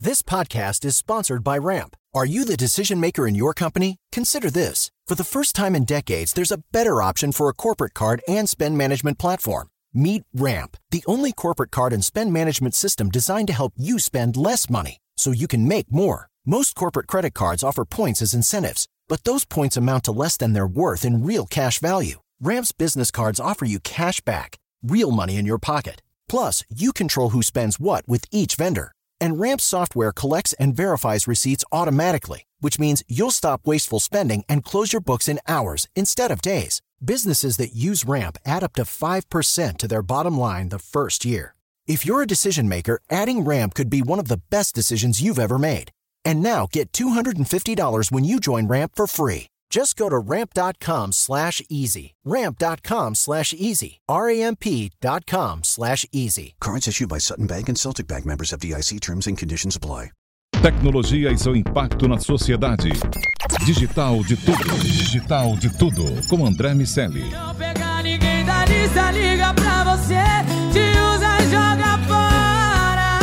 This podcast is sponsored by Ramp. Are you the decision maker in your company? Consider this. For the first time in decades, there's a better option for a corporate card and spend management platform. Meet Ramp, the only corporate card and spend management system designed to help you spend less money so you can make more. Most corporate credit cards offer points as incentives, but those points amount to less than their worth in real cash value. Ramp's business cards offer you cash back, real money in your pocket. Plus, you control who spends what with each vendor. And Ramp's software collects and verifies receipts automatically, which means you'll stop wasteful spending and close your books in hours instead of days. Businesses that use Ramp add up to 5% to their bottom line the first year. If you're a decision maker, adding Ramp could be one of the best decisions you've ever made. And now get $250 when you join Ramp for free. Just go to ramp.com/easy. Ramp.com/easy. RAMP.com/easy. Cards issued by Sutton Bank and Celtic Bank, members of FDIC. Terms and conditions apply. Tecnologia e seu impacto na sociedade. Digital de tudo. Digital de tudo. Com André Miceli. Não pega ninguém da lista, liga pra você, te usa e joga fora.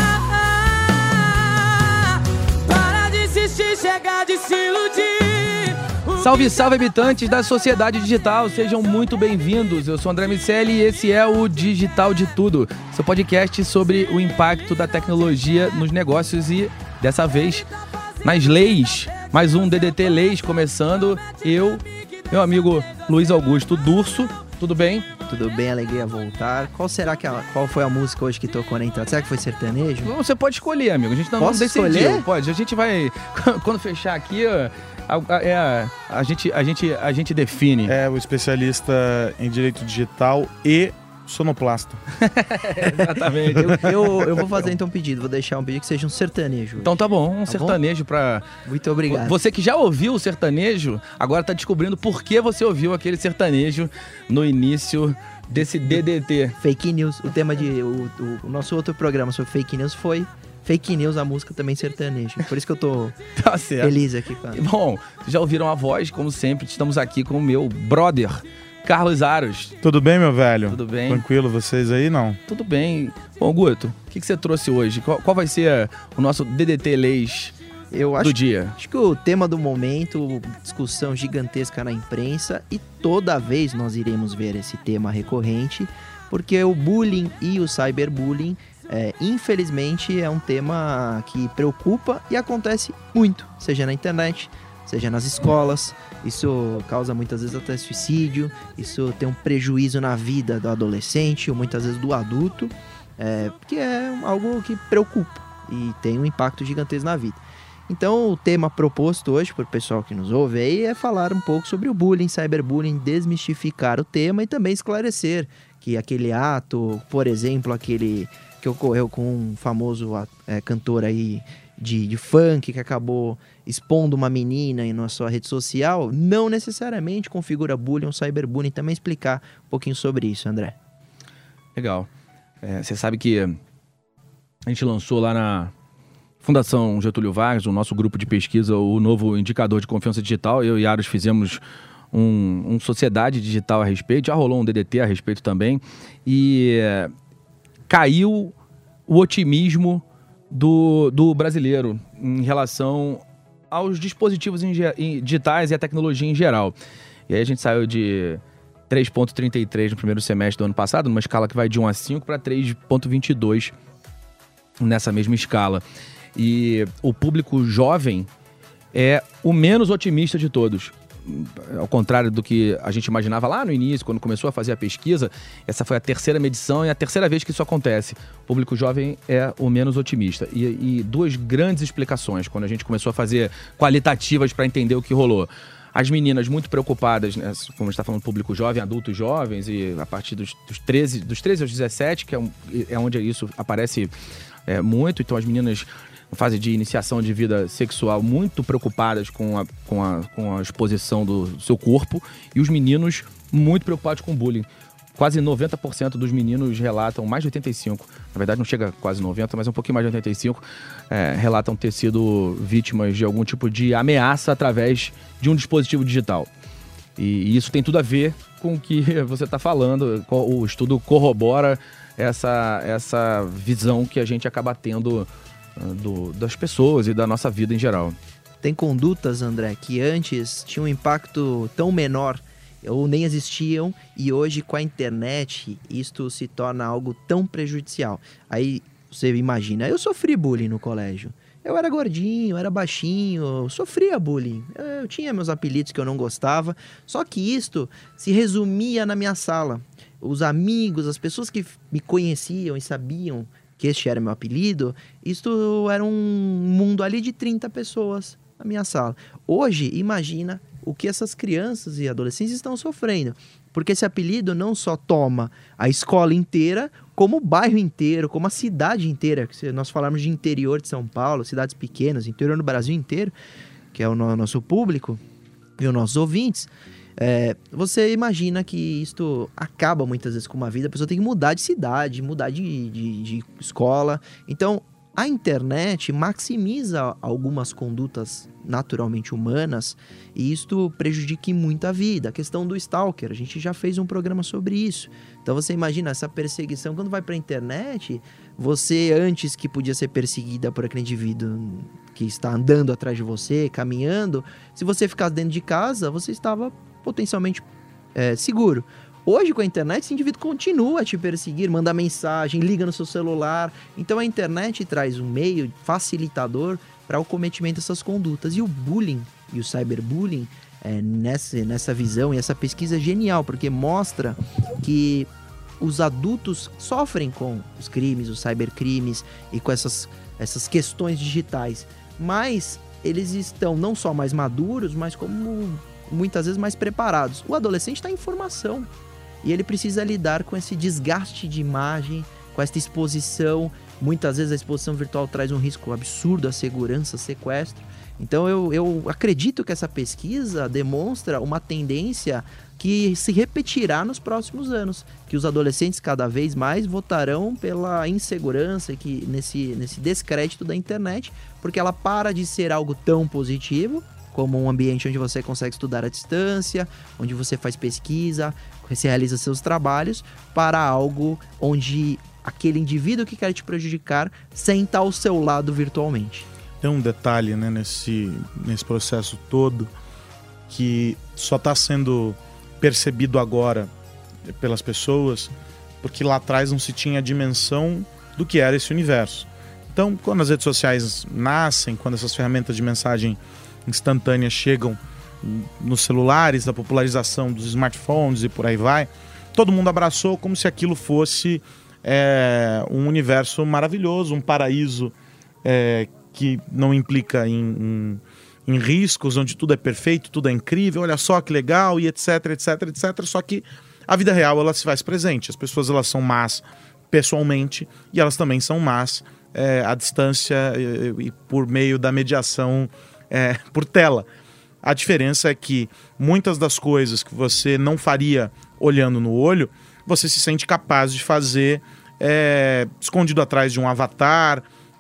Para de insistir, chega de se iludir. Salve, salve, habitantes da sociedade digital, sejam muito bem-vindos. Eu sou André Miceli e esse é o Digital de Tudo, seu podcast sobre o impacto da tecnologia nos negócios e, dessa vez, nas leis. Mais um DDT Leis começando. Eu, meu amigo Luiz Augusto Durso, tudo bem? Tudo bem, alegria voltar. Qual foi a música hoje que tocou na entrada? Será que foi sertanejo? Você pode escolher, amigo. A gente não decidiu. Escolher? Pode. A gente vai, quando fechar aqui, a gente define. É o especialista em direito digital e sonoplasta. Exatamente. Eu vou fazer então um pedido. Vou deixar um pedido que seja um sertanejo. Então tá bom, um sertanejo pra... Muito obrigado. Você que já ouviu o sertanejo, agora tá descobrindo por que você ouviu aquele sertanejo no início desse DDT. Fake news. O tema o nosso outro programa sobre fake news foi... Fake news, a música também sertanejo. Por isso que eu tô feliz aqui, cara. Bom, já ouviram a voz, como sempre, estamos aqui com o meu brother, Carlos Aros. Tudo bem, meu velho? Tudo bem. Tranquilo, vocês aí, não? Tudo bem. Bom, Guto, o que você trouxe hoje? Qual vai ser o nosso DDT Leis do dia? Acho que o tema do momento, discussão gigantesca na imprensa, e toda vez nós iremos ver esse tema recorrente, porque o bullying e o cyberbullying, infelizmente, é um tema que preocupa e acontece muito, seja na internet, seja nas escolas. Isso causa muitas vezes até suicídio, isso tem um prejuízo na vida do adolescente ou muitas vezes do adulto, que é algo que preocupa e tem um impacto gigantesco na vida. Então o tema proposto hoje por pessoal que nos ouve aí é falar um pouco sobre o bullying, cyberbullying, desmistificar o tema e também esclarecer que aquele ato, por exemplo, aquele que ocorreu com um famoso cantor aí de funk que acabou expondo uma menina na sua rede social, não necessariamente configura bullying ou cyberbullying. Também explicar um pouquinho sobre isso, André. Legal. Você sabe que a gente lançou lá na Fundação Getúlio Vargas, o nosso grupo de pesquisa, o novo indicador de confiança digital. Eu e Aros fizemos um sociedade digital a respeito, já rolou um DDT a respeito também, e caiu o otimismo do brasileiro em relação aos dispositivos digitais e a tecnologia em geral. E aí a gente saiu de 3,33 no primeiro semestre do ano passado, numa escala que vai de 1 a 5 para 3,22 nessa mesma escala. E o público jovem é o menos otimista de todos. Ao contrário do que a gente imaginava lá no início, quando começou a fazer a pesquisa, essa foi a terceira medição e a terceira vez que isso acontece. O público jovem é o menos otimista. E duas grandes explicações, quando a gente começou a fazer qualitativas para entender o que rolou. As meninas muito preocupadas, né, como a gente está falando, público jovem, adultos jovens, e a partir dos 13 aos 17, que é onde isso aparece muito. Então as meninas, na fase de iniciação de vida sexual, muito preocupadas com a exposição do seu corpo, e os meninos muito preocupados com o bullying. Quase 90% dos meninos relatam, mais de 85%, na verdade não chega a quase 90%, mas um pouquinho mais de 85%, relatam ter sido vítimas de algum tipo de ameaça através de um dispositivo digital. E isso tem tudo a ver com o que você está falando. O estudo corrobora essa visão que a gente acaba tendo das pessoas e da nossa vida em geral. Tem condutas, André, que antes tinham um impacto tão menor ou nem existiam, e hoje com a internet isto se torna algo tão prejudicial. Aí você imagina, eu sofri bullying no colégio. Eu era gordinho, eu era baixinho, eu sofria bullying. Eu tinha meus apelidos que eu não gostava, só que isto se resumia na minha sala. Os amigos, as pessoas que me conheciam e sabiam que este era meu apelido, isto era um mundo ali de 30 pessoas na minha sala. Hoje, imagina o que essas crianças e adolescentes estão sofrendo. Porque esse apelido não só toma a escola inteira, como o bairro inteiro, como a cidade inteira. Se nós falarmos de interior de São Paulo, cidades pequenas, interior do Brasil inteiro, que é o nosso público e os nossos ouvintes, você imagina que isto acaba muitas vezes com uma vida. A pessoa tem que mudar de cidade, mudar de escola. Então, a internet maximiza algumas condutas naturalmente humanas e isto prejudica muito a vida. A questão do stalker, a gente já fez um programa sobre isso. Então você imagina essa perseguição, quando vai para a internet, você antes que podia ser perseguida por aquele indivíduo que está andando atrás de você, caminhando, se você ficasse dentro de casa, você estava potencialmente seguro. Hoje, com a internet, esse indivíduo continua a te perseguir, manda mensagem, liga no seu celular. Então, a internet traz um meio facilitador para o cometimento dessas condutas. E o bullying e o cyberbullying, nessa visão e essa pesquisa é genial, porque mostra que os adultos sofrem com os crimes, os cybercrimes e com essas questões digitais. Mas eles estão não só mais maduros, mas como muitas vezes mais preparados. O adolescente está em formação. E ele precisa lidar com esse desgaste de imagem, com essa exposição. Muitas vezes a exposição virtual traz um risco absurdo à segurança, sequestro. Então eu acredito que essa pesquisa demonstra uma tendência que se repetirá nos próximos anos. Que os adolescentes cada vez mais votarão pela insegurança e nesse descrédito da internet, porque ela para de ser algo tão positivo como um ambiente onde você consegue estudar à distância, onde você faz pesquisa, você realiza seus trabalhos, para algo onde aquele indivíduo que quer te prejudicar senta ao seu lado virtualmente. Tem um detalhe, né, nesse processo todo que só está sendo percebido agora pelas pessoas, porque lá atrás não se tinha a dimensão do que era esse universo. Então, quando as redes sociais nascem, quando essas ferramentas de mensagem instantâneas chegam nos celulares, da popularização dos smartphones e por aí vai, todo mundo abraçou como se aquilo fosse um universo maravilhoso, um paraíso que não implica em riscos, onde tudo é perfeito, tudo é incrível, olha só que legal, e etc, etc, etc. Só que a vida real, ela se faz presente. As pessoas, elas são más pessoalmente e elas também são más à distância e por meio da mediação por tela. A diferença é que muitas das coisas que você não faria olhando no olho, você se sente capaz de fazer escondido atrás de um avatar,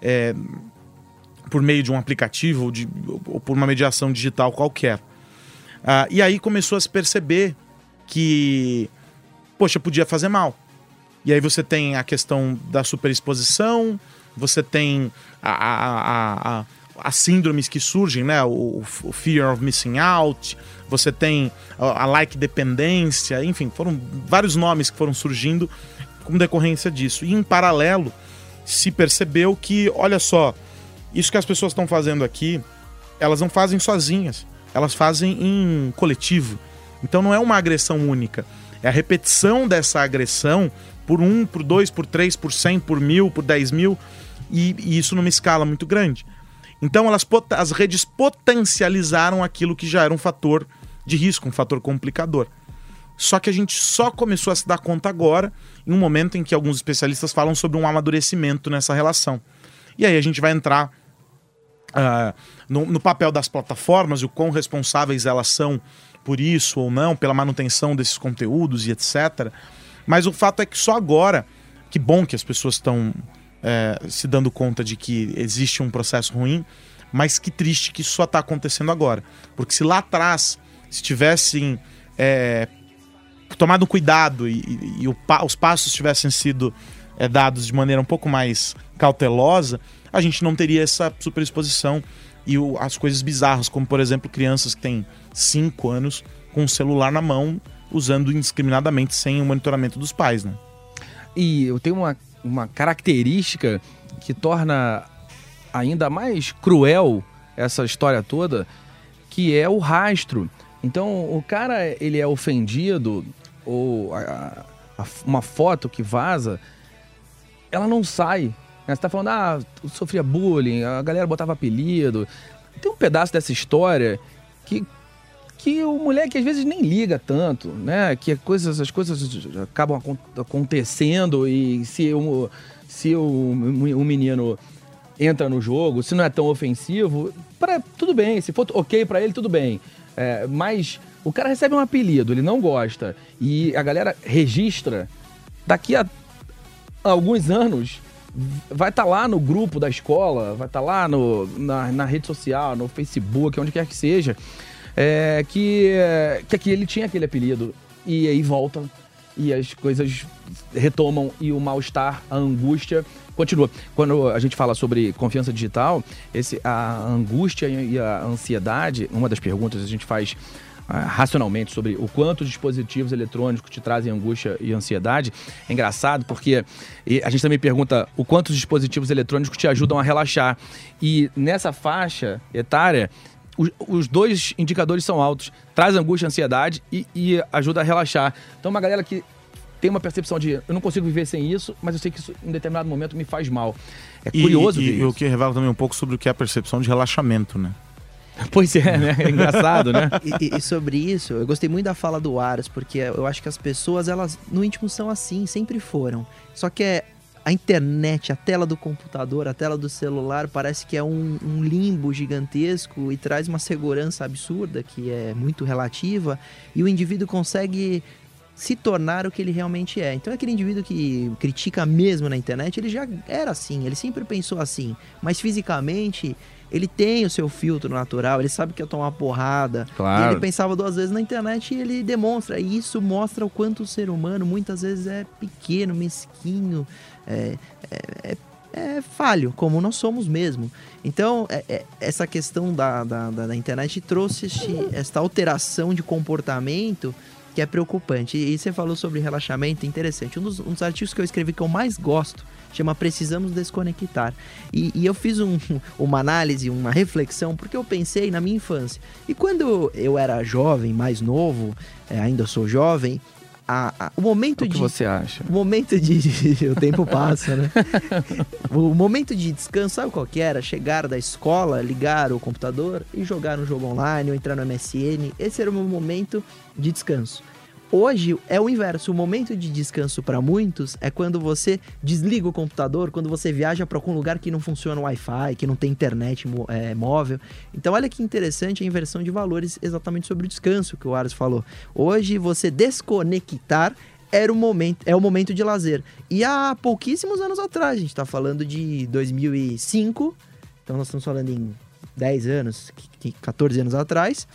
por meio de um aplicativo ou por uma mediação digital qualquer. E aí começou a se perceber que, poxa, podia fazer mal. E aí você tem a questão da superexposição, você tem as síndromes que surgem, né? O fear of missing out, você tem a like dependência, enfim, foram vários nomes que foram surgindo como decorrência disso. E em paralelo se percebeu que, olha só, isso que as pessoas estão fazendo aqui, elas não fazem sozinhas, elas fazem em coletivo. Então não é uma agressão única, é a repetição dessa agressão por 1, por 2, por 3, por 100, por 1000, por 10 mil, e isso numa escala muito grande. Então as redes potencializaram aquilo que já era um fator de risco, um fator complicador. Só que a gente só começou a se dar conta agora, em um momento em que alguns especialistas falam sobre um amadurecimento nessa relação. E aí a gente vai entrar no papel das plataformas e o quão responsáveis elas são por isso ou não, pela manutenção desses conteúdos e etc. Mas o fato é que só agora, que bom que as pessoas estão se dando conta de que existe um processo ruim, mas que triste que isso só está acontecendo agora. Porque se lá atrás, se tivessem tomado cuidado e os passos tivessem sido dados de maneira um pouco mais cautelosa, a gente não teria essa superexposição e as coisas bizarras, como por exemplo crianças que têm 5 anos com o celular na mão, usando indiscriminadamente sem o monitoramento dos pais, né? E eu tenho uma característica que torna ainda mais cruel essa história toda, que é o rastro. Então, o cara, ele é ofendido, ou uma foto que vaza, ela não sai. Você tá falando, sofria bullying, a galera botava apelido. Tem um pedaço dessa história que o moleque às vezes nem liga tanto, né? Que as coisas acabam acontecendo e se o menino entra no jogo, se não é tão ofensivo, tudo bem. Se for ok pra ele, tudo bem. Mas o cara recebe um apelido, ele não gosta, e a galera registra, daqui a alguns anos vai estar lá no grupo da escola, vai estar lá na rede social, no Facebook, onde quer que seja, que ele tinha aquele apelido, e aí volta, e as coisas retomam, e o mal-estar, a angústia continua. Quando a gente fala sobre confiança digital, a angústia e a ansiedade, uma das perguntas a gente faz racionalmente sobre o quanto os dispositivos eletrônicos te trazem angústia e ansiedade. É engraçado porque a gente também pergunta o quanto os dispositivos eletrônicos te ajudam a relaxar. E nessa faixa etária, os dois indicadores são altos. Traz angústia e ansiedade e ajuda a relaxar. Então uma galera que tem uma percepção de eu não consigo viver sem isso, mas eu sei que isso em determinado momento me faz mal. É curioso ver isso. O que revela também um pouco sobre o que é a percepção de relaxamento, né? Pois é, né? É engraçado, né? E sobre isso, eu gostei muito da fala do Aras, porque eu acho que as pessoas, elas no íntimo são assim, sempre foram. Só que a internet, a tela do computador, a tela do celular, parece que é um limbo gigantesco e traz uma segurança absurda, que é muito relativa, e o indivíduo consegue se tornar o que ele realmente é. Então aquele indivíduo que critica mesmo na internet, ele já era assim, ele sempre pensou assim, mas fisicamente ele tem o seu filtro natural, ele sabe que ia tomar porrada, claro. E ele pensava 2 vezes na internet e ele demonstra, e isso mostra o quanto o ser humano muitas vezes é pequeno, mesquinho, falho, como nós somos mesmo. Então, essa questão da internet trouxe esta alteração de comportamento que é preocupante. E você falou sobre relaxamento, interessante. Um dos artigos que eu escrevi que eu mais gosto chama Precisamos Desconectar. E eu fiz uma análise, uma reflexão, porque eu pensei na minha infância. E quando eu era jovem, mais novo, ainda sou jovem, o momento o que você acha? O momento de... o tempo passa, né? O momento de descanso, sabe qual que era? Chegar da escola, ligar o computador e jogar um jogo online ou entrar no MSN. Esse era o meu momento de descanso. Hoje é o inverso. O momento de descanso para muitos é quando você desliga o computador, quando você viaja para algum lugar que não funciona o Wi-Fi, que não tem internet móvel. Então olha que interessante a inversão de valores exatamente sobre o descanso que o Aras falou. Hoje você desconectar é o momento de lazer. E há pouquíssimos anos atrás, a gente está falando de 2005, então nós estamos falando em 10 anos, 14 anos atrás,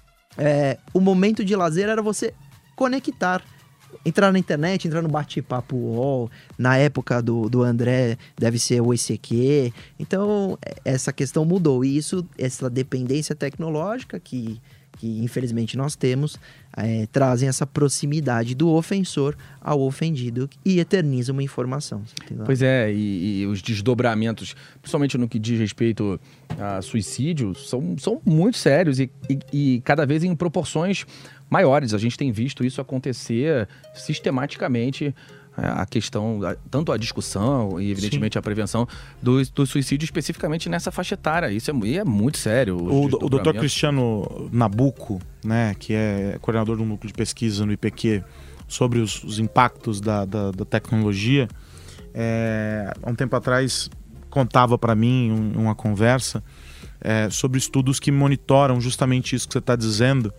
o momento de lazer era você conectar, entrar na internet, entrar no bate-papo UOL, na época do André deve ser o ICQ. Então essa questão mudou, e essa dependência tecnológica que infelizmente nós temos, trazem essa proximidade do ofensor ao ofendido e eterniza uma informação. Pois é, e os desdobramentos, principalmente no que diz respeito a suicídio, são muito sérios e cada vez em proporções maiores. A gente tem visto isso acontecer sistematicamente, a questão, tanto a discussão e evidentemente Sim. a prevenção do suicídio especificamente nessa faixa etária. Isso é muito sério. O Dr. Cristiano Nabuco, né, que é coordenador do núcleo de pesquisa no IPQ sobre os impactos da tecnologia, há um tempo atrás contava para mim uma conversa sobre estudos que monitoram justamente isso que você está dizendo,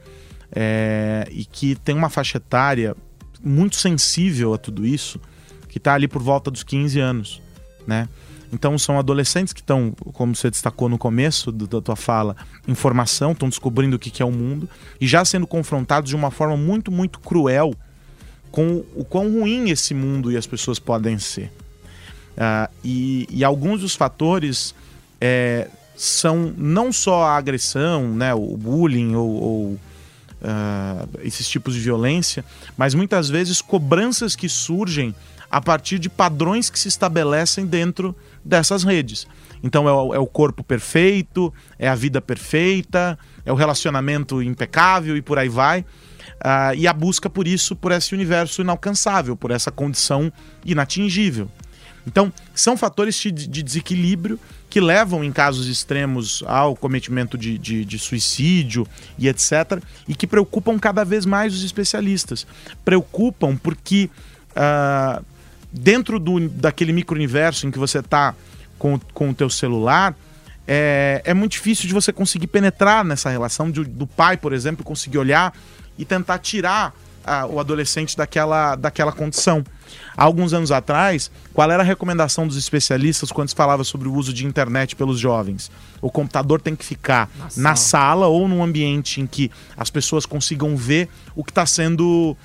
e que tem uma faixa etária muito sensível a tudo isso, que está ali por volta dos 15 anos, né? Então são adolescentes que estão, como você destacou no começo da tua fala, em formação, estão descobrindo o que é o mundo e já sendo confrontados de uma forma muito, muito cruel com o quão ruim esse mundo e as pessoas podem ser, E alguns dos fatores são não só a agressão, né, o bullying ou esses tipos de violência, mas muitas vezes cobranças que surgem a partir de padrões que se estabelecem dentro dessas redes. Então é o corpo perfeito, é a vida perfeita, é o relacionamento impecável e por aí vai. E a busca por isso, por esse universo inalcançável, por essa condição inatingível. Então, são fatores de desequilíbrio que levam, em casos extremos, ao cometimento de suicídio e etc. E que preocupam cada vez mais os especialistas. Preocupam porque dentro daquele micro-universo em que você está com o teu celular, é muito difícil de você conseguir penetrar nessa relação, do pai, por exemplo, conseguir olhar e tentar tirar o adolescente daquela condição. Há alguns anos atrás, qual era a recomendação dos especialistas quando se falava sobre o uso de internet pelos jovens? O computador tem que ficar na sala ou num ambiente em que as pessoas consigam ver o que está sendo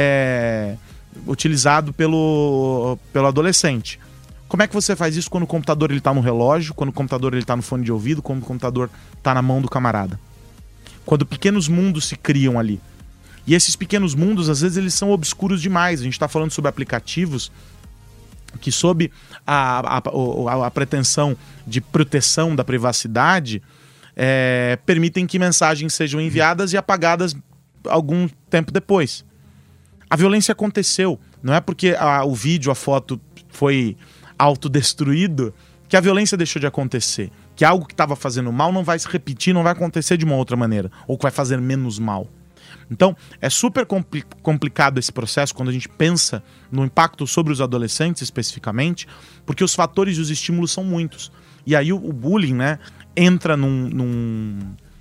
utilizado pelo adolescente. Como é que você faz isso quando o computador está no relógio, quando o computador está no fone de ouvido, quando o computador está na mão do camarada? Quando pequenos mundos se criam ali. E esses pequenos mundos, às vezes, eles são obscuros demais. A gente está falando sobre aplicativos que, sob a pretensão de proteção da privacidade, permitem que mensagens sejam enviadas e apagadas algum tempo depois. A violência aconteceu. Não é porque o vídeo, a foto foi autodestruído que a violência deixou de acontecer. Que algo que estava fazendo mal não vai se repetir, não vai acontecer de uma outra maneira. Ou que vai fazer menos mal. Então, é super complicado esse processo quando a gente pensa no impacto sobre os adolescentes especificamente, porque os fatores e os estímulos são muitos. E aí o bullying, né, entra num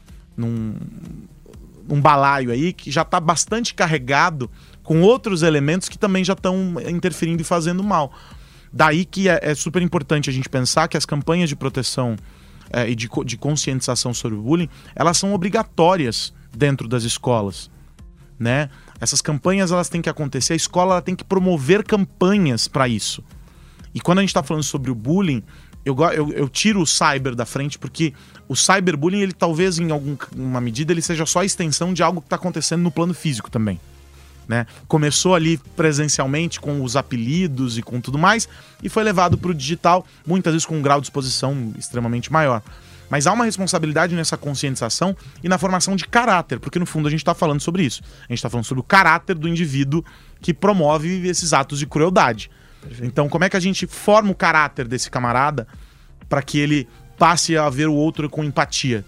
balaio aí que já está bastante carregado com outros elementos que também já estão interferindo e fazendo mal. Daí que é super importante a gente pensar que as campanhas de proteção e de conscientização sobre o bullying, elas são obrigatórias dentro das escolas, né? Essas campanhas, elas têm que acontecer, a escola ela tem que promover campanhas para isso. E quando a gente está falando sobre o bullying, eu tiro o cyber da frente, porque o cyberbullying, ele talvez em alguma medida ele seja só a extensão de algo que está acontecendo no plano físico também, né? Começou ali presencialmente com os apelidos e com tudo mais, e foi levado para o digital, muitas vezes com um grau de exposição extremamente maior. Mas há uma responsabilidade nessa conscientização e na formação de caráter, porque no fundo a gente está falando sobre isso. A gente está falando sobre o caráter do indivíduo que promove esses atos de crueldade. Perfeito. Então, como é que a gente forma o caráter desse camarada para que ele passe a ver o outro com empatia?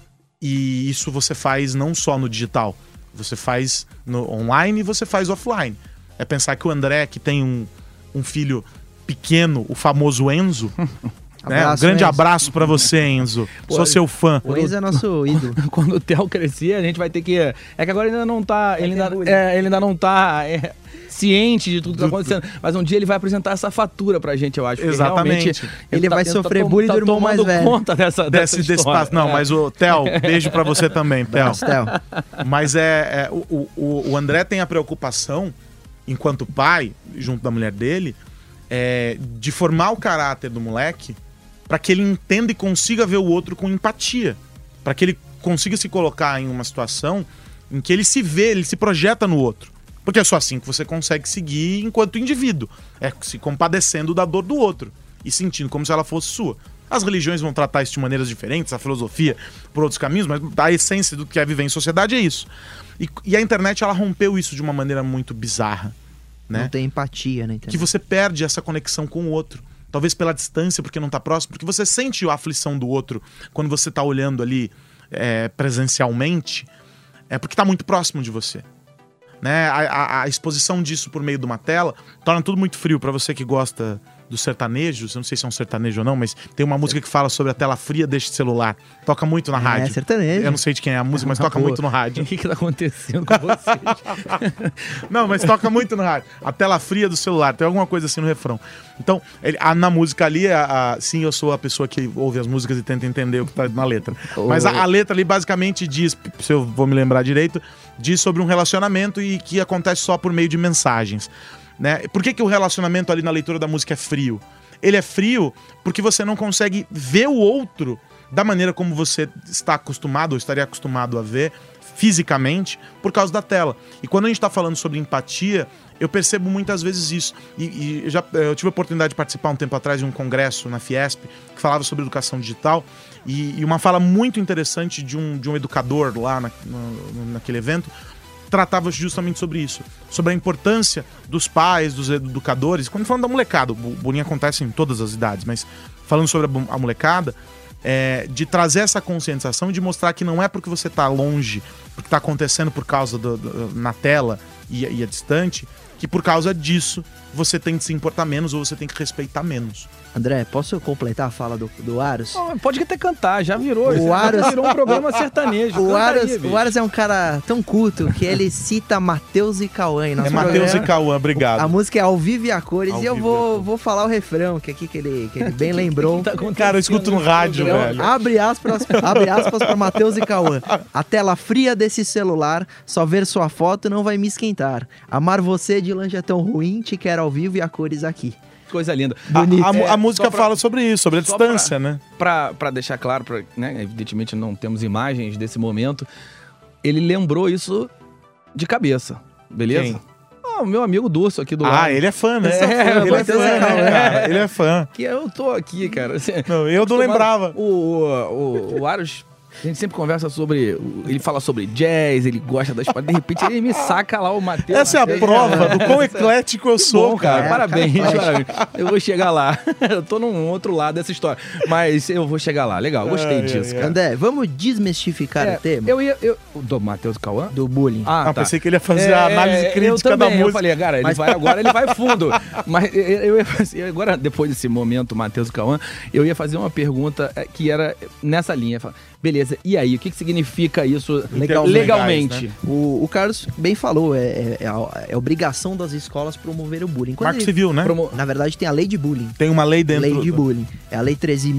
E isso você faz não só no digital, você faz no online e você faz offline. É pensar que o André, que tem um filho pequeno, o famoso Enzo... Um grande abraço pra você, Enzo. Sou seu fã. O Enzo é nosso ídolo. Quando o Theo crescer, a gente vai ter que... É que agora ele ainda não tá... Ele ainda não tá ciente de tudo que tá acontecendo. Mas um dia ele vai apresentar essa fatura pra gente, eu acho. Exatamente. Ele vai sofrer bullying do irmão mais velho. Conta desse espaço. Não, mas o Theo, beijo pra você também, Theo. Mas o André tem a preocupação, enquanto pai, junto da mulher dele, de formar o caráter do moleque para que ele entenda e consiga ver o outro com empatia, para que ele consiga se colocar em uma situação em que ele se vê, ele se projeta no outro, porque é só assim que você consegue seguir enquanto indivíduo, se compadecendo da dor do outro e sentindo como se ela fosse sua. As religiões vão tratar isso de maneiras diferentes, a filosofia por outros caminhos, mas a essência do que é viver em sociedade é isso. E a internet, ela rompeu isso de uma maneira muito bizarra, né? Não tem empatia na internet. Que você perde essa conexão com o outro. Talvez pela distância, porque não tá próximo, porque você sente a aflição do outro quando você tá olhando ali presencialmente, porque tá muito próximo de você, né? A exposição disso por meio de uma tela torna tudo muito frio. Pra você que gosta dos sertanejos, eu não sei se é um sertanejo ou não, mas tem uma música que fala sobre a tela fria deste celular. Toca muito na rádio. É sertanejo. Eu não sei de quem é a música, mas toca muito no rádio. O que tá acontecendo com vocês? Não, mas toca muito no rádio. A tela fria do celular, tem alguma coisa assim no refrão. Então, na música ali, sim, eu sou a pessoa que ouve as músicas e tenta entender o que tá na letra. Mas a letra ali basicamente diz, se eu vou me lembrar direito, diz sobre um relacionamento e que acontece só por meio de mensagens, né? Por que o relacionamento ali na leitura da música é frio? Ele é frio porque você não consegue ver o outro da maneira como você está acostumado ou estaria acostumado a ver fisicamente por causa da tela. E quando a gente está falando sobre empatia, eu percebo muitas vezes isso. Eu tive a oportunidade de participar um tempo atrás de um congresso na Fiesp que falava sobre educação digital e uma fala muito interessante de um educador lá naquele evento tratava justamente sobre isso, sobre a importância dos pais, dos educadores. Quando falando da molecada, o bullying acontece em todas as idades, mas falando sobre a molecada, de trazer essa conscientização e de mostrar que não é porque você está longe, porque está acontecendo por causa na tela e é distante, que por causa disso você tem que se importar menos ou você tem que respeitar menos. André, posso completar a fala do Aros? Pode até cantar, já virou. O Aros virou um programa sertanejo. O Aros é um cara tão culto que ele cita Matheus e Cauã. Matheus e Cauã, obrigado. A música é Ao Vivo e a Cores e eu vou falar o refrão, que ele bem lembrou. Cara, eu escuto no rádio, velho. Abre aspas para Matheus e Cauã. A tela fria desse celular, só ver sua foto não vai me esquentar. Amar você de longe é tão ruim, te quero ao vivo e a cores aqui. Coisa linda. A música fala sobre isso, sobre a distância, né? Pra deixar claro, né, evidentemente não temos imagens desse momento, ele lembrou isso de cabeça, beleza? Quem? O meu amigo Durso aqui do lado. Ele é fã, né? Ele é fã, cara. Ele é fã. Que eu tô aqui, cara. Não, eu não lembrava. O Aros... A gente sempre conversa sobre... Ele fala sobre jazz, ele gosta das... De repente ele me saca lá o Matheus. Essa é a prova do quão eclético eu sou, cara. Parabéns. Eu vou chegar lá. Eu tô num outro lado dessa história. Mas eu vou chegar lá. Legal, gostei disso, cara. André, vamos desmistificar o tema? Do Matheus e Cauã? Do bullying. Tá. Pensei que ele ia fazer a análise crítica da música. Eu falei, cara, ele vai fundo. Mas eu ia fazer... Agora, depois desse momento, Matheus e Cauã, eu ia fazer uma pergunta que era nessa linha. Beleza, e aí, o que significa isso legalmente? Né? O Carlos bem falou, é obrigação das escolas promover o bullying. Marco Civil, né? Na verdade, tem a lei de bullying. Tem uma lei dentro. Lei de bullying. É a lei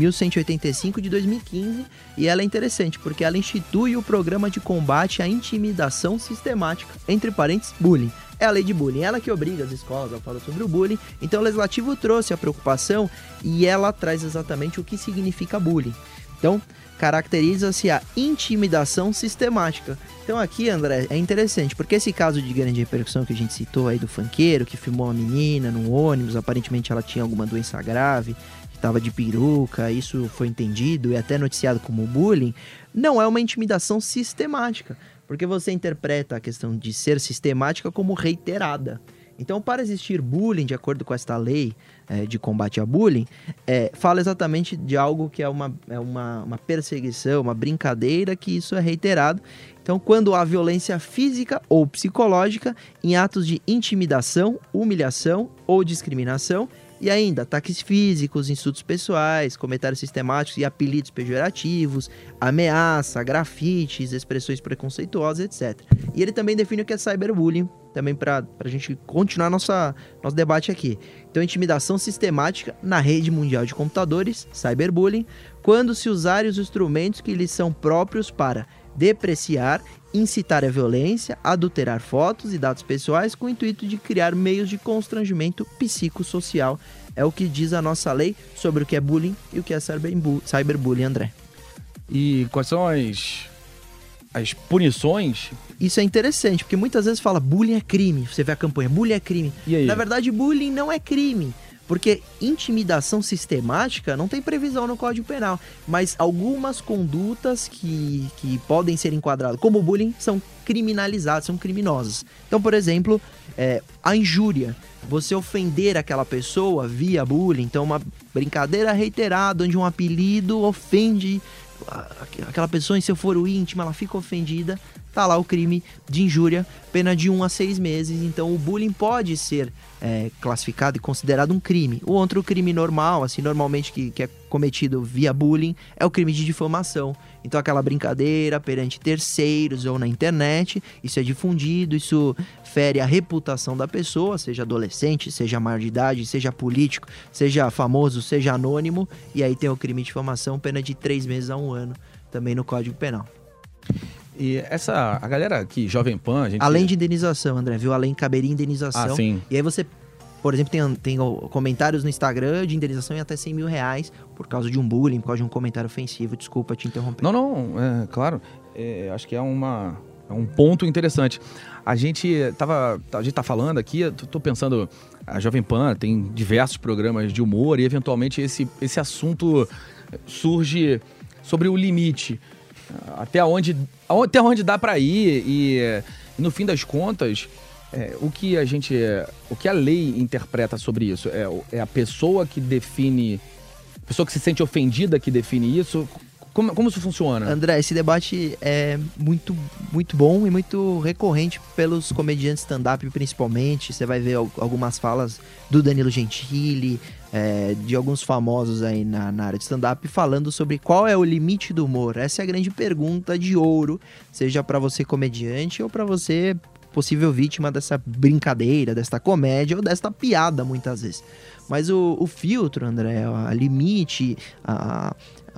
13.185 de 2015 e ela é interessante porque ela institui o programa de combate à intimidação sistemática, entre parênteses, bullying. É a lei de bullying, ela que obriga as escolas a falar sobre o bullying. Então o Legislativo trouxe a preocupação e ela traz exatamente o que significa bullying. Então, caracteriza-se a intimidação sistemática. Então aqui, André, é interessante, porque esse caso de grande repercussão que a gente citou aí do funkeiro, que filmou uma menina num ônibus, aparentemente ela tinha alguma doença grave, que estava de peruca, isso foi entendido e até noticiado como bullying, não é uma intimidação sistemática, porque você interpreta a questão de ser sistemática como reiterada. Então, para existir bullying, de acordo com esta lei de combate a bullying, fala exatamente de algo que é uma perseguição, uma brincadeira, que isso é reiterado. Então, quando há violência física ou psicológica em atos de intimidação, humilhação ou discriminação, e ainda ataques físicos, insultos pessoais, comentários sistemáticos e apelidos pejorativos, ameaça, grafites, expressões preconceituosas, etc. E ele também define o que é cyberbullying, também para a gente continuar nosso debate aqui. Então, intimidação sistemática na rede mundial de computadores, cyberbullying, quando se usarem os instrumentos que lhes são próprios para depreciar, incitar a violência, adulterar fotos e dados pessoais com o intuito de criar meios de constrangimento psicossocial. É o que diz a nossa lei sobre o que é bullying e o que é cyberbullying, André. E quais são as punições? Isso é interessante, porque muitas vezes fala bullying é crime. Você vê a campanha, bullying é crime. E aí? Na verdade, bullying não é crime. Porque intimidação sistemática não tem previsão no Código Penal, mas algumas condutas que podem ser enquadradas como bullying são criminalizadas, são criminosas. Então, por exemplo, a injúria, você ofender aquela pessoa via bullying, então uma brincadeira reiterada onde um apelido ofende aquela pessoa em seu foro íntimo, ela fica ofendida, tá lá o crime de injúria, pena de 1 a 6 meses. Então o bullying pode ser classificado e considerado um crime. O outro crime normal, assim, normalmente que é cometido via bullying, é o crime de difamação. Então aquela brincadeira perante terceiros ou na internet, isso é difundido, isso fere a reputação da pessoa, seja adolescente, seja maior de idade, seja político, seja famoso, seja anônimo, e aí tem o crime de difamação, pena de 3 meses a 1 ano, também no Código Penal. E a galera aqui, Jovem Pan... Além de indenização, André, viu? Além caberia indenização. Sim. E aí você Por exemplo, tem comentários no Instagram de indenização em até R$100 mil por causa de um bullying, por causa de um comentário ofensivo. Desculpa te interromper. Não, claro. Acho que é um ponto interessante. A gente tá falando aqui, tô pensando, a Jovem Pan tem diversos programas de humor e eventualmente esse assunto surge sobre o limite. Até onde dá para ir e no fim das contas, o que a lei interpreta sobre isso? É a pessoa que define, a pessoa que se sente ofendida que define isso? Como isso funciona? André, esse debate é muito, muito bom e muito recorrente pelos comediantes stand-up, principalmente. Você vai ver algumas falas do Danilo Gentili, de alguns famosos aí na área de stand-up, falando sobre qual é o limite do humor. Essa é a grande pergunta de ouro, seja para você comediante ou para você possível vítima dessa brincadeira, desta comédia ou desta piada, muitas vezes. Mas o filtro, André, a limite, a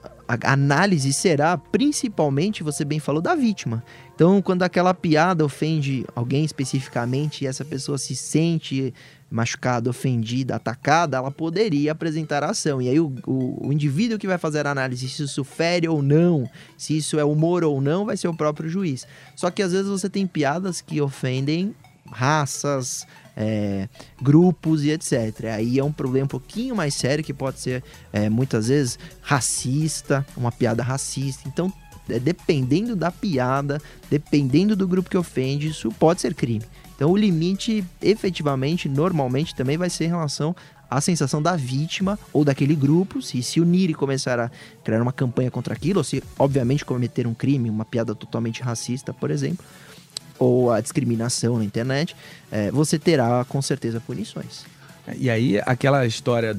análise será principalmente, você bem falou, da vítima. Então, quando aquela piada ofende alguém especificamente e essa pessoa se sente machucada, ofendida, atacada, ela poderia apresentar a ação. E aí o indivíduo que vai fazer a análise se isso fere ou não, se isso é humor ou não, vai ser o próprio juiz. Só que às vezes você tem piadas que ofendem raças, grupos e etc. Aí é um problema um pouquinho mais sério, que pode ser muitas vezes racista, uma piada racista. Então, dependendo da piada, dependendo do grupo que ofende, isso pode ser crime. Então o limite, efetivamente, normalmente também vai ser em relação à sensação da vítima ou daquele grupo, se unir e começar a criar uma campanha contra aquilo, ou se, obviamente, cometer um crime, uma piada totalmente racista, por exemplo, ou a discriminação na internet, você terá, com certeza, punições. E aí, aquela história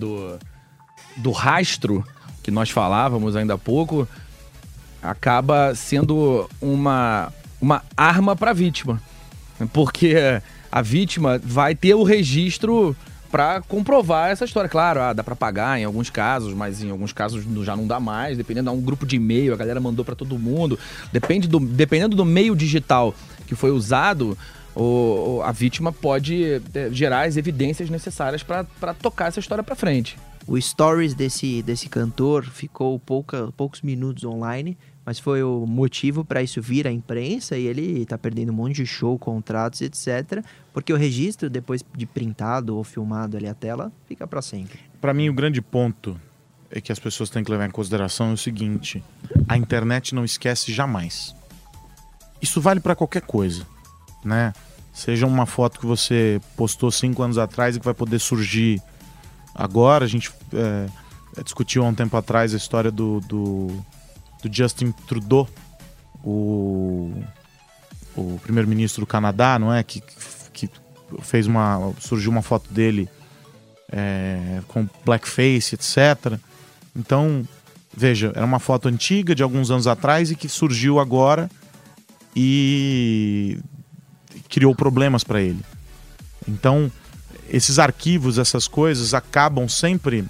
do rastro que nós falávamos ainda há pouco, acaba sendo uma arma para a vítima. Porque a vítima vai ter o registro para comprovar essa história. Claro, dá para pagar em alguns casos, mas em alguns casos já não dá mais, dependendo de um grupo de e-mail, a galera mandou para todo mundo. Dependendo do meio digital que foi usado, a vítima pode gerar as evidências necessárias para tocar essa história para frente. O stories desse cantor ficou poucos minutos online, mas foi o motivo para isso vir à imprensa e ele tá perdendo um monte de show, contratos, etc. Porque o registro, depois de printado ou filmado ali a tela, fica para sempre. Para mim, o grande ponto é que as pessoas têm que levar em consideração é o seguinte: a internet não esquece jamais. Isso vale para qualquer coisa, né? Seja uma foto que você postou 5 anos atrás e que vai poder surgir agora. A gente discutiu há um tempo atrás a história do Justin Trudeau, o primeiro-ministro do Canadá, não é? Que surgiu uma foto dele com blackface, etc. Então, veja, era uma foto antiga de alguns anos atrás e que surgiu agora e criou problemas para ele. Então, esses arquivos, essas coisas acabam sempre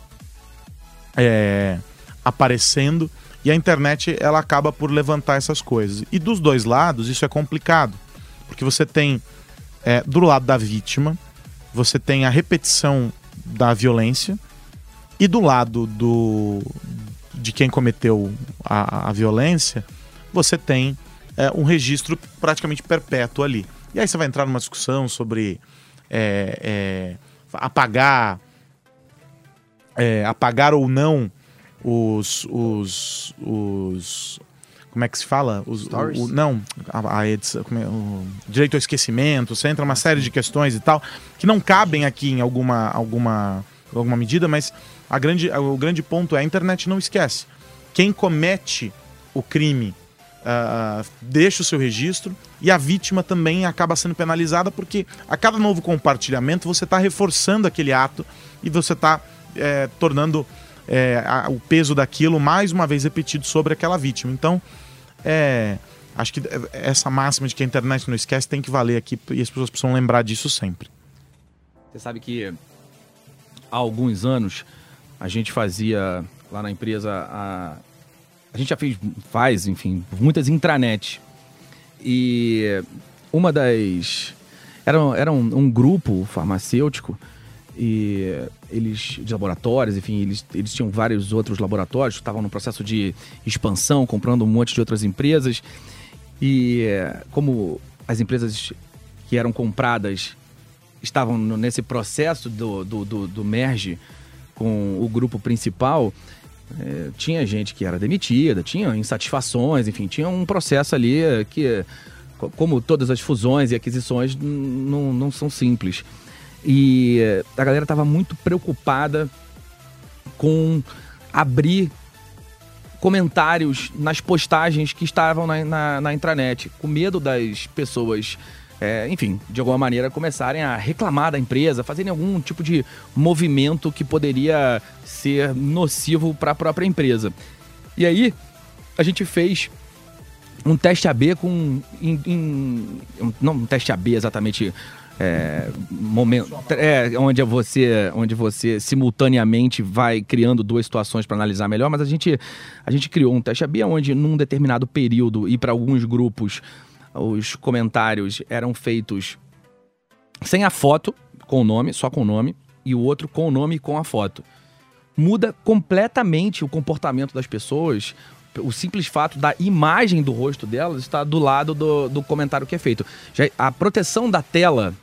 aparecendo. E a internet, ela acaba por levantar essas coisas. E dos dois lados, isso é complicado. Porque você tem, do lado da vítima, você tem a repetição da violência. E do lado de quem cometeu a violência, você tem um registro praticamente perpétuo ali. E aí você vai entrar numa discussão sobre apagar ou não os como é que se fala? O direito ao esquecimento. Você entra uma série de questões e tal, que não cabem aqui em alguma medida, mas o grande ponto é: a internet não esquece. Quem comete o crime deixa o seu registro, e a vítima também acaba sendo penalizada, porque a cada novo compartilhamento você está reforçando aquele ato e você está tornando o peso daquilo mais uma vez repetido sobre aquela vítima. Então, acho que essa máxima de que a internet não esquece tem que valer aqui, e as pessoas precisam lembrar disso sempre. Você sabe que há alguns anos a gente fazia lá na empresa, a gente já faz, enfim, muitas intranets. E uma das... Era um grupo farmacêutico e eles, de laboratórios, enfim, eles tinham vários outros laboratórios, estavam no processo de expansão, comprando um monte de outras empresas. E como as empresas que eram compradas estavam nesse processo do merge com o grupo principal, tinha gente que era demitida, tinha insatisfações, enfim, tinha um processo ali que, como todas as fusões e aquisições, não são simples. E a galera estava muito preocupada com abrir comentários nas postagens que estavam na intranet, com medo das pessoas, enfim, de alguma maneira começarem a reclamar da empresa, fazerem algum tipo de movimento que poderia ser nocivo para a própria empresa. E aí, a gente fez um teste AB não um teste AB exatamente, onde você simultaneamente vai criando duas situações para analisar melhor, mas a gente criou um teste AB onde num determinado período e para alguns grupos os comentários eram feitos sem a foto, com o nome, só com o nome, e o outro com o nome e com a foto. Muda completamente o comportamento das pessoas. O simples fato da imagem do rosto delas estar do lado do comentário que é feito. Já a proteção da tela,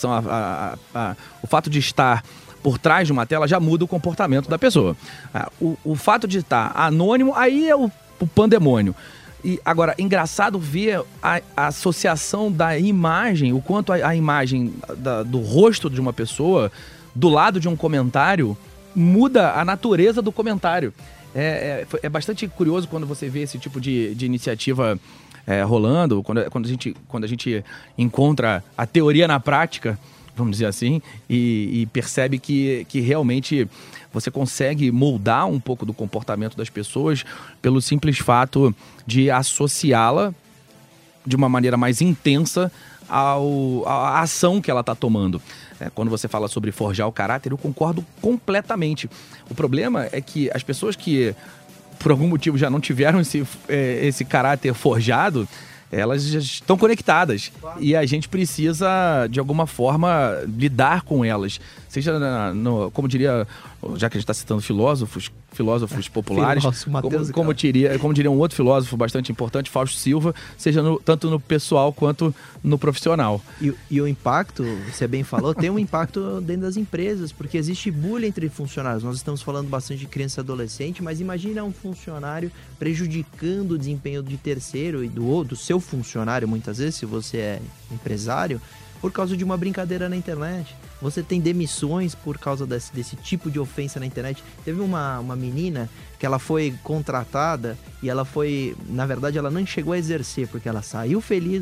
o fato de estar por trás de uma tela já muda o comportamento da pessoa. O fato de estar anônimo, aí é o pandemônio. E agora, engraçado ver a associação da imagem, o quanto a imagem do rosto de uma pessoa do lado de um comentário muda a natureza do comentário. É bastante curioso quando você vê esse tipo de iniciativa rolando, quando a gente encontra a teoria na prática, vamos dizer assim, e percebe que realmente você consegue moldar um pouco do comportamento das pessoas pelo simples fato de associá-la de uma maneira mais intensa à ação que ela está tomando. Quando você fala sobre forjar o caráter, eu concordo completamente. O problema é que as pessoas que, por algum motivo, já não tiveram esse caráter forjado, elas já estão conectadas. E a gente precisa, de alguma forma, lidar com elas. Seja, como diria, já que a gente está citando filósofos populares, como diria um outro filósofo bastante importante, Fausto Silva, seja tanto no pessoal quanto no profissional. E o impacto, você bem falou, tem um impacto dentro das empresas, porque existe bullying entre funcionários. Nós estamos falando bastante de criança e adolescente, mas imagina um funcionário prejudicando o desempenho de terceiro e do seu funcionário, muitas vezes, se você é empresário, por causa de uma brincadeira na internet. Você tem demissões por causa desse tipo de ofensa na internet. Teve uma menina que ela foi contratada e ela foi... Na verdade, ela não chegou a exercer, porque ela saiu feliz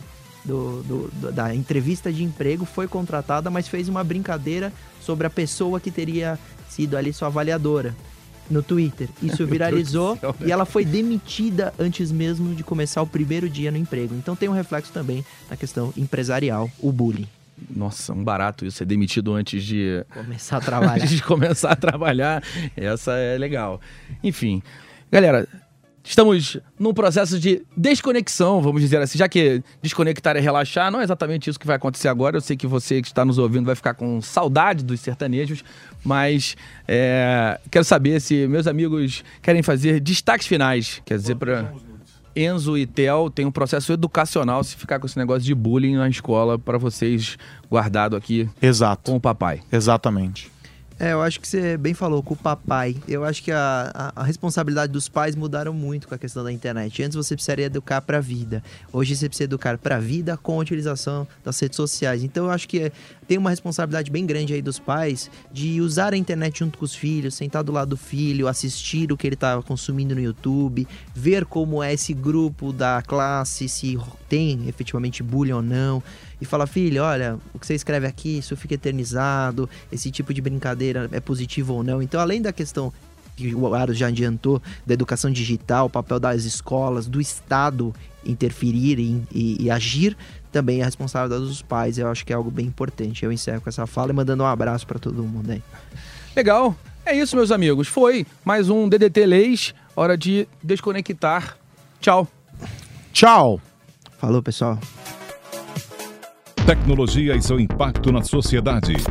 da entrevista de emprego, foi contratada, mas fez uma brincadeira sobre a pessoa que teria sido ali sua avaliadora no Twitter. Isso viralizou e ela foi demitida antes mesmo de começar o primeiro dia no emprego. Então tem um reflexo também na questão empresarial, o bullying. Nossa, um barato isso, ser demitido antes de começar a trabalhar. Antes de começar a trabalhar, essa é legal. Enfim, galera, estamos num processo de desconexão, vamos dizer assim, já que desconectar é relaxar, não é exatamente isso que vai acontecer agora. Eu sei que você que está nos ouvindo vai ficar com saudade dos sertanejos, mas quero saber se meus amigos querem fazer destaques finais, quer dizer, para Enzo e Theo, tem um processo educacional se ficar com esse negócio de bullying na escola para vocês guardado aqui. Exato. Com o papai. Exatamente. Eu acho que você bem falou, com o papai. Eu acho que a responsabilidade dos pais mudaram muito com a questão da internet. Antes você precisaria educar para a vida. Hoje você precisa educar para a vida com a utilização das redes sociais. Então eu acho que tem uma responsabilidade bem grande aí dos pais de usar a internet junto com os filhos, sentar do lado do filho, assistir o que ele está consumindo no YouTube, ver como é esse grupo da classe, se tem efetivamente bullying ou não. E fala, filho, olha, o que você escreve aqui, isso fica eternizado, esse tipo de brincadeira é positivo ou não. Então, além da questão que o Aros já adiantou, da educação digital, o papel das escolas, do Estado interferir e agir, também é a responsabilidade dos pais. Eu acho que é algo bem importante. Eu encerro com essa fala e mandando um abraço para todo mundo aí. Legal. É isso, meus amigos. Foi mais um DDT Leis. Hora de desconectar. Tchau. Tchau. Falou, pessoal. Tecnologia e seu impacto na sociedade.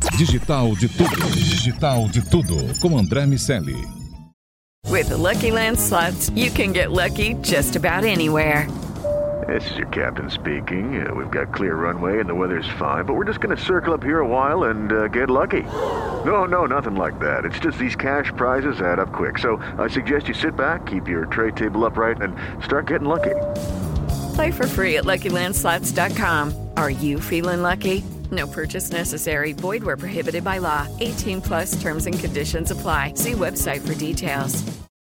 Digital de Tudo. Digital de Tudo. Com André Miceli. With the Lucky Land Slots, you can get lucky just about anywhere. This is your captain speaking. We've got clear runway and the weather's fine, but we're just going to circle up here a while and get lucky. No, nothing like that. It's just these cash prizes add up quick. So I suggest you sit back, keep your tray table upright, and start getting lucky. Play for free at LuckyLandSlots.com. Are you feeling lucky? No purchase necessary. Void where prohibited by law. 18+ terms and conditions apply. See website for details.